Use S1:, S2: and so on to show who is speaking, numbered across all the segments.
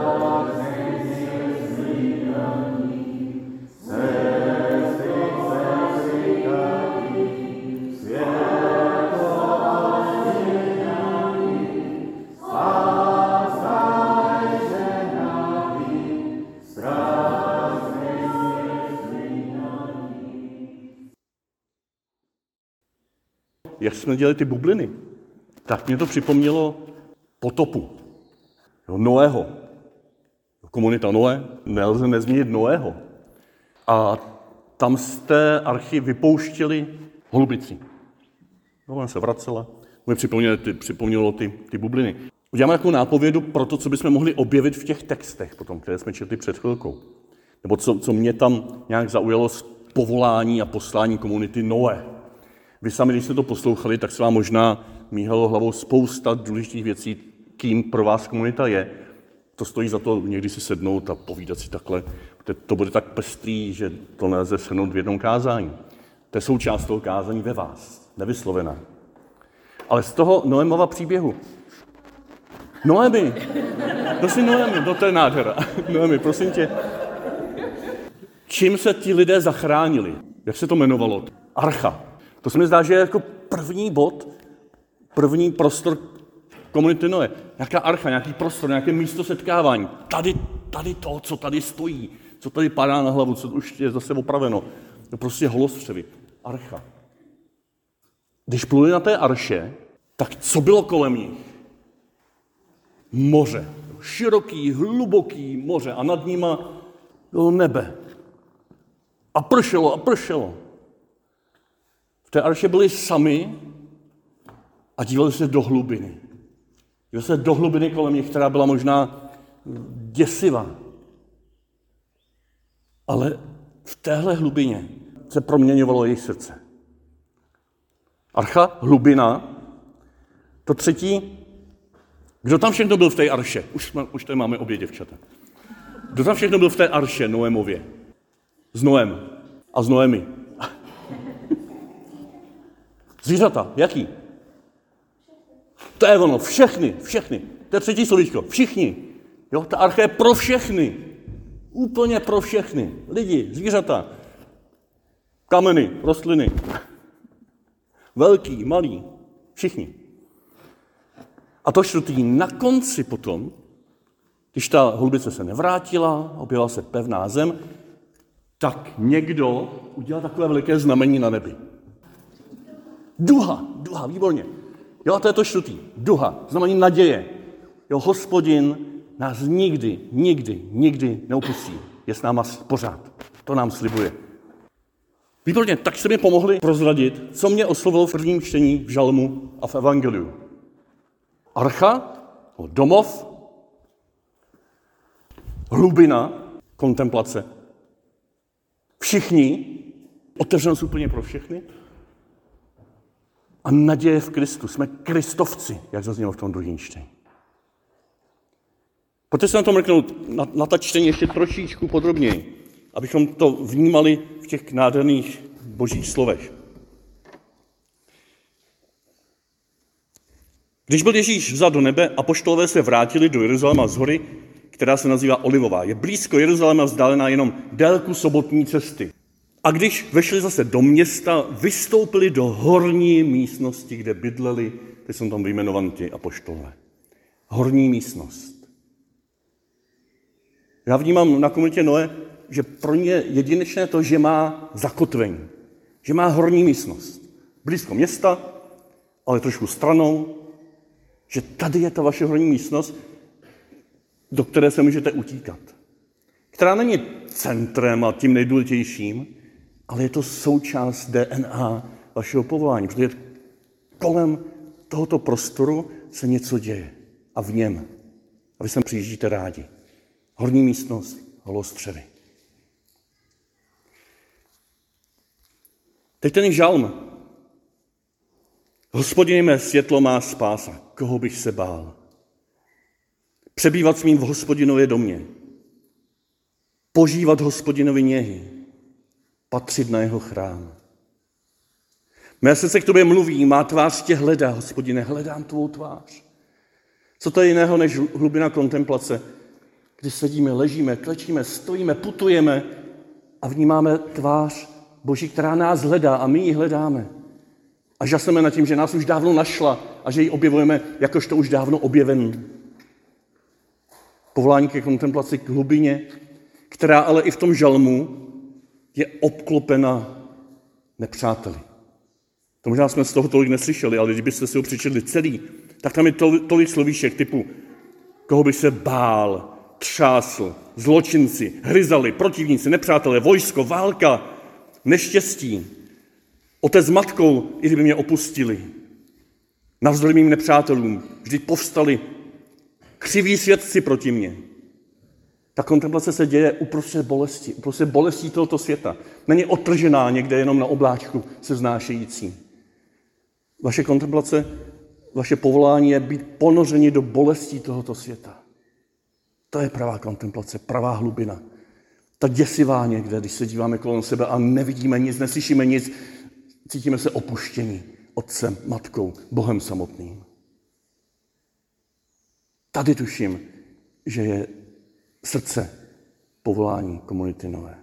S1: Jak jsme dělali ty bubliny, tak mě to připomnělo potopu. Noého. Komunita Noé, nelze nezmínit Noého. A tam z té archy vypouštěli holubici. Ona se vracela. Mě připomnělo ty bubliny. Uděláme takovou nápovědu pro to, co bychom mohli objevit v těch textech potom, které jsme četli před chvilkou. Nebo co mě tam nějak zaujalo z povolání a poslání komunity Noé. Vy sami, když jste to poslouchali, tak se vám možná míhalo hlavou spousta důležitých věcí, kým pro vás komunita je. To stojí za to někdy si sednout a povídat si takhle. To bude tak pestrý, že to nelze shrnout v jednom kázání. To je součást toho kázání ve vás, nevyslovená. Ale z toho Noémova příběhu. Noémi, to je nádhera. Noémi, prosím tě. Čím se ti lidé zachránili? Jak se to jmenovalo? Archa. To se mi zdá, že je jako první bod, první prostor komunity Noé. Nějaká archa, nějaký prostor, nějaké místo setkávání. Tady to, co tady stojí, co tady padá na hlavu, co už je zase opraveno. To prostě holostřevy. Archa. Když pluli na té arše, tak co bylo kolem nich? Moře. Široký, hluboký moře a nad nima bylo nebe. A pršelo. V té arše byli sami a dívali se do hlubiny. Dívali se do hlubiny kolem nich, která byla možná děsivá. Ale v téhle hlubině se proměňovalo jejich srdce. Archa, hlubina, to třetí. Kdo tam všechno byl v té arše? Už tady máme obě děvčata. Kdo tam všechno byl v té arše Noémově? S Noem a s Noemi. Zvířata, jaký? To je ono, všechny. To je třetí slovíčko, všichni. Jo, ta archa je pro všechny. Úplně pro všechny. Lidi, zvířata, kameny, rostliny. Velký, malý, všichni. A to čtvrtý na konci potom, když ta holubice se nevrátila, objevila se pevná zem, tak někdo udělal takové veliké znamení na nebi. Duha, výborně. Jo, a to je to čtvrtý. Duha, znamení naděje. Jo, Hospodin nás nikdy neopustí. Je s náma pořád. To nám slibuje. Výborně, tak jste mi pomohli prozradit, co mě oslovilo v prvním čtení v žalmu a v evangeliu. Archa, domov, hlubina, kontemplace. Všichni, otevřenost úplně pro všechny. A naděje v Kristu. Jsme kristovci, jak zaznělo v tom druhém čtení. Pojďte se na to mrknout, na ta čtení ještě trošičku podrobněji, abychom to vnímali v těch nádherných božích slovech. Když byl Ježíš vzat do nebe, apoštolové se vrátili do Jeruzaléma z hory, která se nazývá Olivová. Je blízko Jeruzaléma, vzdálená jenom délku sobotní cesty. A když vešli zase do města, vystoupili do horní místnosti, kde bydleli, teď jsou tam vyjmenovaní ti apoštolové. Horní místnost. Já vnímám na komunitě Noé, že pro ně je jedinečné to, že má zakotvení, že má horní místnost. Blízko města, ale trošku stranou, že tady je ta vaše horní místnost, do které se můžete utíkat. Která není centrem a tím nejdůležitějším, ale je to součást DNA vašeho povolání, protože kolem tohoto prostoru se něco děje a v něm. A vy sem přijíždíte rádi. Horní místnost, holostřevy. Teď ten žalm. Hospodine mé světlo, má spása, koho bych se bál. Přebývat smím v Hospodinově domě. Požívat Hospodinovi něhy. Patřit na jeho chrám. Mé srdce k tobě mluví, má tvář tě hledá, Hospodine, hledám tvou tvář. Co to je jiného než hlubina kontemplace? kdy sedíme, ležíme, klečíme, stojíme, putujeme a vnímáme tvář Boží, která nás hledá a my ji hledáme. A žasneme nad tím, že nás už dávno našla a že ji objevujeme jakožto už dávno objevený. Povolání ke kontemplaci k hlubině, která ale i v tom žalmu je obklopena nepřáteli. To možná jsme z toho tolik neslyšeli, ale kdybyste si ho přečetli celý, tak tam je tolik slovíček typu, koho bych se bál, třásl, zločinci, hryzali, protivníci, nepřátelé, vojsko, válka, neštěstí, otec s matkou, i kdyby mě opustili. Navzdory mým nepřátelům, vždyť povstali křiví svědci proti mně. Ta kontemplace se děje uprostřed bolestí tohoto světa. Není odtržená někde jenom na obláčku se vznášející. Vaše kontemplace, vaše povolání je být ponořeni do bolestí tohoto světa. To je pravá kontemplace, pravá hlubina. Ta děsivá někde, když se díváme kolem sebe a nevidíme nic, neslyšíme nic, cítíme se opuštění otcem, matkou, Bohem samotným. Tady tuším, že je srdce povolání komunity Noé.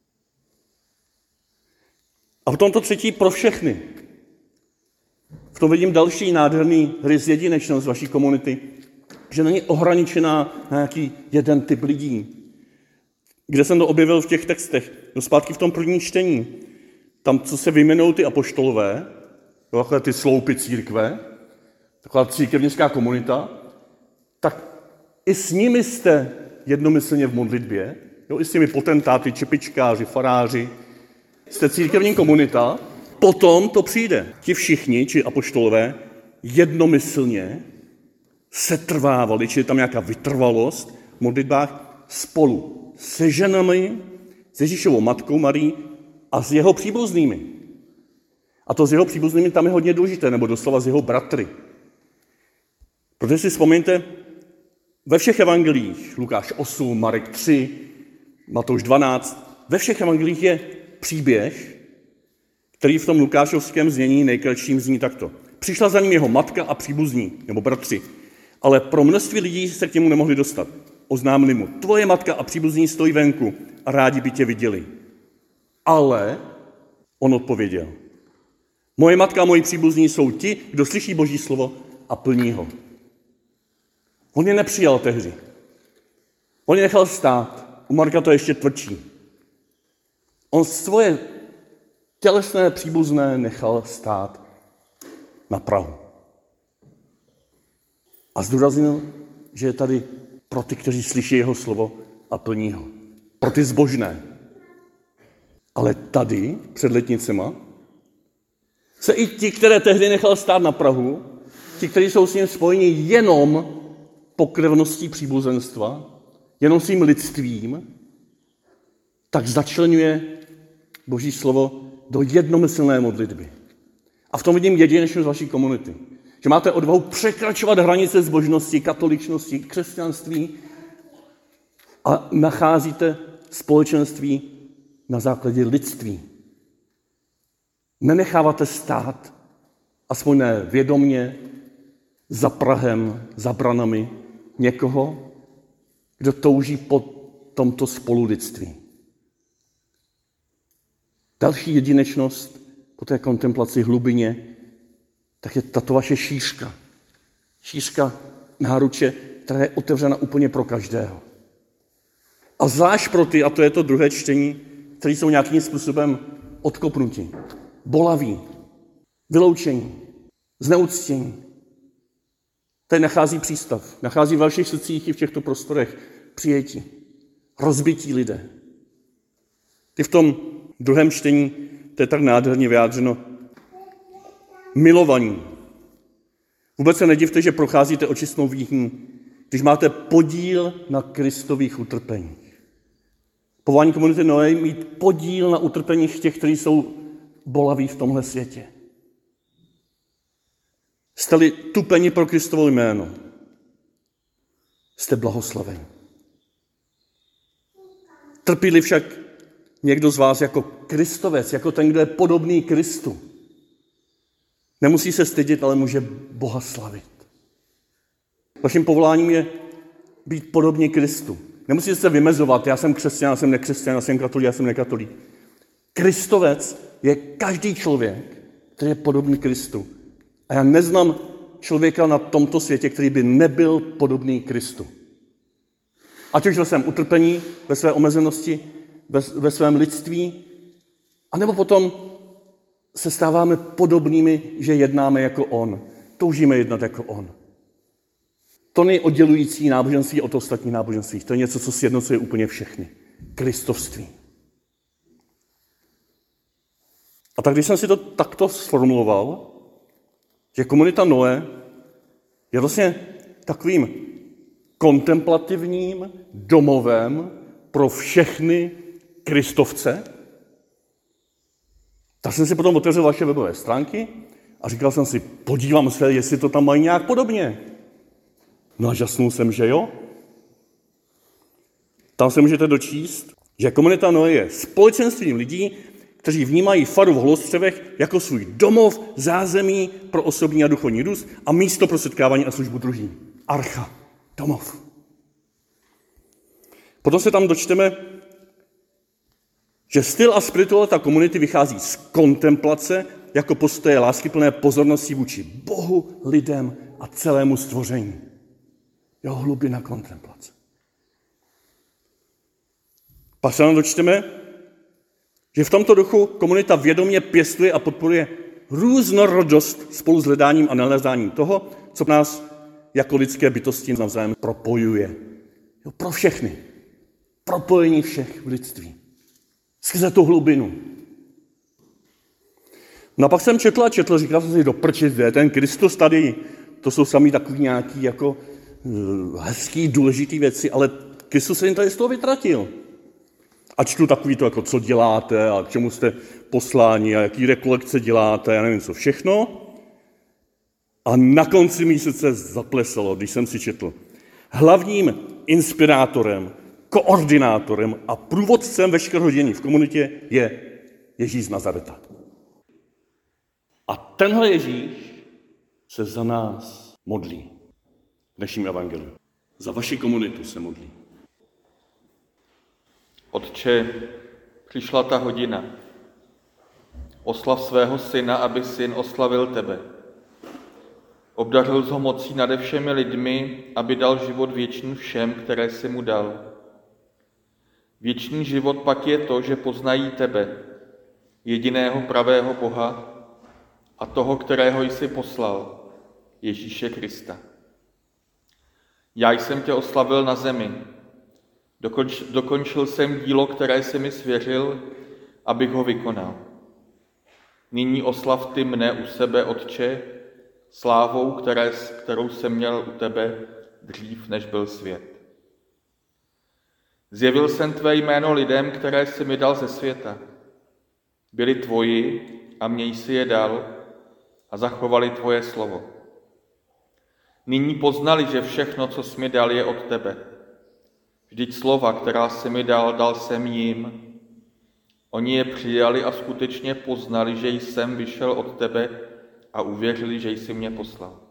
S1: A v tomto třetí pro všechny. V tom vidím další nádherný rys jedinečnost vaší komunity, že není ohraničená na nějaký jeden typ lidí. Kde jsem to objevil v těch textech? No zpátky v tom prvním čtení. Tam, co se vyjmenují ty apoštolové, takové ty sloupy církve, taková církevnická komunita, tak i s nimi jste jednomyslně v modlitbě, jo, i s těmi potentáty, čepičkáři, faráři, jste církevní komunita, potom to přijde. Ti všichni, či apoštolové, jednomyslně setrvávali, či je tam nějaká vytrvalost v modlitbách spolu se ženami, s Ježíšovou matkou Marií a s jeho příbuznými. A to s jeho příbuznými tam je hodně důležité, nebo doslova s jeho bratry. Protože si vzpomeňte, ve všech evangelích, Lukáš 8, Marek 3, Matouš 12, ve všech evangelích je příběh, který v tom lukášovském znění nejkratším zní takto. Přišla za ním jeho matka a příbuzní, nebo bratři, ale pro množství lidí se k němu nemohli dostat. Oznámili mu, tvoje matka a příbuzní stojí venku a rádi by tě viděli. Ale on odpověděl, moje matka a moji příbuzní jsou ti, kdo slyší Boží slovo a plní ho. On je nepřijal tehdy. On je nechal stát. U Marka to je ještě tvrdší. On svoje tělesné příbuzné nechal stát na prahu. A zdůraznil, že je tady pro ty, kteří slyší jeho slovo a plní ho. Pro ty zbožné. Ale tady, před letnicema, se i ti, které tehdy nechal stát na prahu, ti, kteří jsou s ním spojeni jenom pokrevností příbuzenstva, jenom svým lidstvím, tak začleňuje Boží slovo do jednomyslné modlitby. A v tom vidím jedinečnost vaší komunity. Že máte odvahu překračovat hranice zbožnosti, katoličnosti, křesťanství a nacházíte společenství na základě lidství. Nenecháváte stát, aspoň ne vědomně, za prahem, za branami někoho, kdo touží po tomto spolulidství. Další jedinečnost po té kontemplaci hlubině, tak je tato vaše šířka. Šířka náruče, která je otevřena úplně pro každého. A zvlášť pro ty, a to je to druhé čtení, kteří jsou nějakým způsobem odkopnutí, bolaví, vyloučení, zneuctění. Tady nachází přístav, nachází v vašich srdcích i v těchto prostorech přijetí, rozbití lidé. Ty v tom druhém čtení, to je tak nádherně vyjádřeno, milovaní. Vůbec se nedivte, že procházíte očistnou výhní, když máte podíl na Kristových utrpeních. Povolání komunity Noé mít podíl na utrpeních těch, kteří jsou bolaví v tomhle světě. Jste-li tupeni pro Kristovo jméno, jste blahoslaveni. Trpí-li však někdo z vás jako Kristovec, jako ten, kdo je podobný Kristu, nemusí se stydět, ale může Boha slavit. Vaším povoláním je být podobně Kristu. Nemusíte se vymezovat, já jsem křesťan, já jsem nekřesťan, já jsem katolík, já jsem nekatolík. Kristovec je každý člověk, který je podobný Kristu. A já neznám člověka na tomto světě, který by nebyl podobný Kristu. Ať už ve svém utrpení, ve své omezenosti, ve svém lidství, anebo potom se stáváme podobnými, že jednáme jako on. Toužíme jednat jako on. To není oddělující náboženství od ostatních náboženství. To je něco, co sjednocuje úplně všechny. Kristovství. A tak když jsem si to takto sformuloval, že komunita Noé je vlastně takovým kontemplativním domovem pro všechny kristovce, tak jsem si potom otevřel vaše webové stránky a říkal jsem si, podívám se, jestli to tam mají nějak podobně. No a žasnul jsem, že jo. Tam se můžete dočíst, že komunita Noé je společenstvím lidí, kteří vnímají faru v Holostřevech jako svůj domov, zázemí pro osobní a duchovní růst a místo pro setkávání a službu druhým. Archa, domov. Potom se tam dočteme, že styl a spiritualita komunity vychází z kontemplace jako postoje láskyplné pozornosti vůči Bohu, lidem a celému stvoření. Jo, hlubina kontemplace. Pak se nám dočteme, že v tomto duchu komunita vědomě pěstuje a podporuje různorodost spolu s hledáním a nalezáním toho, co nás jako lidské bytosti navzájem propojuje. Jo, pro všechny. Propojení všech v lidství. Skrze tu hlubinu. No a pak jsem četl, říkal jsem si, do prči, ten Kristus tady, to jsou sami takový nějaký jako hezký, důležitý věci, ale Kristus se jim tady z toho vytratil. A čtu takový to, jako co děláte a k čemu jste posláni a jaký rekolekce děláte, já nevím co všechno. A na konci mi srdce zaplesalo, když jsem si četl. Hlavním inspirátorem, koordinátorem a průvodcem veškerého dění v komunitě je Ježíš z Nazareta. A tenhle Ježíš se za nás modlí v dnešním evangeliu. Za vaši komunitu se modlí.
S2: Otče, přišla ta hodina. Oslav svého syna, aby syn oslavil tebe. Obdařil ho mocí nade všemi lidmi, aby dal život věčný všem, které jsi mu dal. Věčný život pak je to, že poznají tebe, jediného pravého Boha a toho, kterého jsi poslal, Ježíše Krista. Já jsem tě oslavil na zemi. Dokončil jsem dílo, které jsi mi svěřil, abych ho vykonal. Nyní oslav ty mne u sebe, Otče, slávou, kterou jsem měl u tebe dřív, než byl svět. Zjevil jsem tvé jméno lidem, které jsi mi dal ze světa. Byli tvoji a mně jsi je dal a zachovali tvoje slovo. Nyní poznali, že všechno, co jsi mi dal, je od tebe. Vždyť slova, která jsi mi dal jsem jim. Oni je přijali a skutečně poznali, že jsem vyšel od tebe a uvěřili, že jsi mě poslal.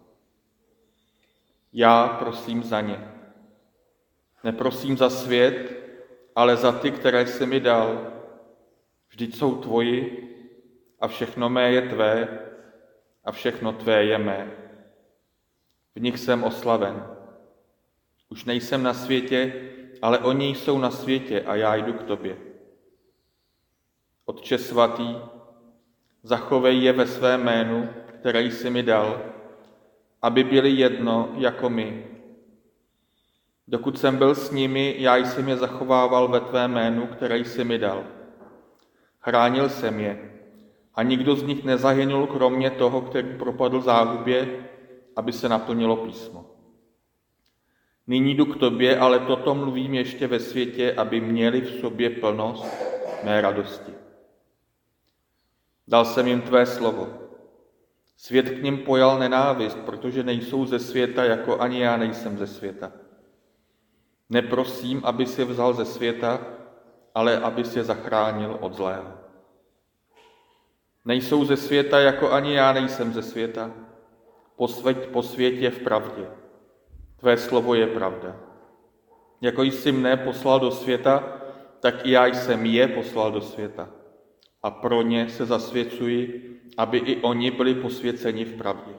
S2: Já prosím za ně. Neprosím za svět, ale za ty, které jsi mi dal. Vždyť jsou tvoji a všechno mé je tvé a všechno tvé je mé. V nich jsem oslaven. Už nejsem na světě, ale oni jsou na světě a já jdu k tobě. Otče svatý, zachovej je ve svém jménu, které jsi mi dal, aby byli jedno jako my. Dokud jsem byl s nimi, já jsem je zachovával ve tvém jménu, které jsi mi dal. Chránil jsem je a nikdo z nich nezahynul, kromě toho, který propadl záhubě, aby se naplnilo písmo. Nyní jdu k tobě, ale toto mluvím ještě ve světě, aby měli v sobě plnost mé radosti. Dal jsem jim tvé slovo. Svět k nim pojal nenávist, protože nejsou ze světa, jako ani já nejsem ze světa. Neprosím, aby si je vzal ze světa, ale aby si je zachránil od zlého. Nejsou ze světa, jako ani já nejsem ze světa. Posvěť v pravdě. Tvé slovo je pravda. Jako jsi mne poslal do světa, tak i já jsem je poslal do světa. A pro ně se zasvěcuji, aby i oni byli posvěceni v pravdě.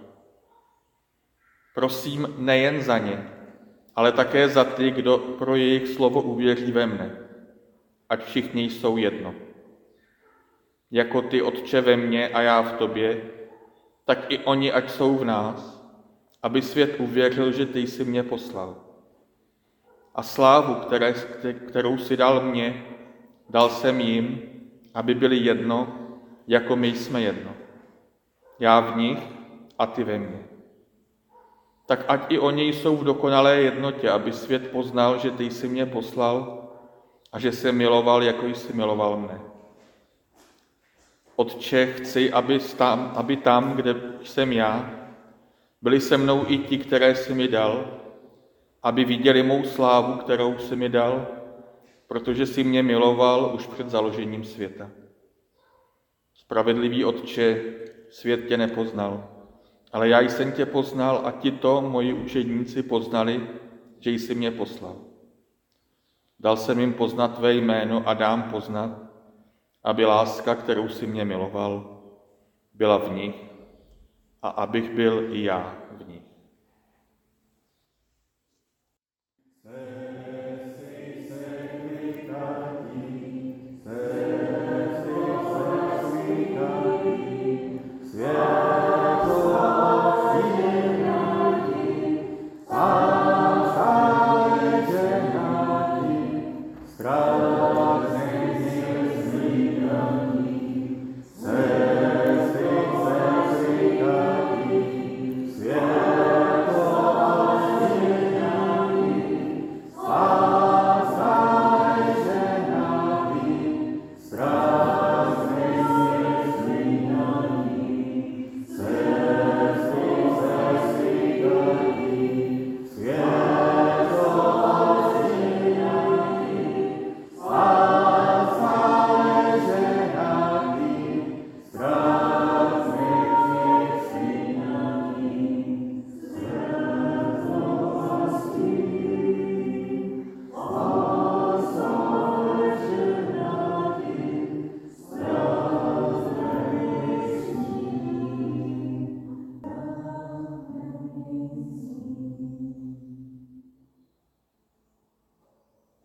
S2: Prosím nejen za ně, ale také za ty, kdo pro jejich slovo uvěří ve mne, ať všichni jsou jedno. Jako ty, Otče, ve mně a já v tobě, tak i oni, ať jsou v nás, aby svět uvěřil, že ty jsi mě poslal. A slávu, kterou si dal mně, dal jsem jim, aby byli jedno, jako my jsme jedno. Já v nich a ty ve mně. Tak ať i oni jsou v dokonalé jednotě, aby svět poznal, že ty jsi mě poslal a že se miloval, jako jsi miloval mne. Otče, chci, aby tam, kde jsem já, byli se mnou i ti, které jsi mi dal, aby viděli mou slávu, kterou jsi mi dal, protože jsi mě miloval už před založením světa. Spravedlivý Otče, svět tě nepoznal, ale já jsem tě poznal a tito moji učedníci poznali, že jsi mě poslal. Dal jsem jim poznat tvé jméno a dám poznat, aby láska, kterou jsi mě miloval, byla v nich a abych byl i já v nich.
S3: Strach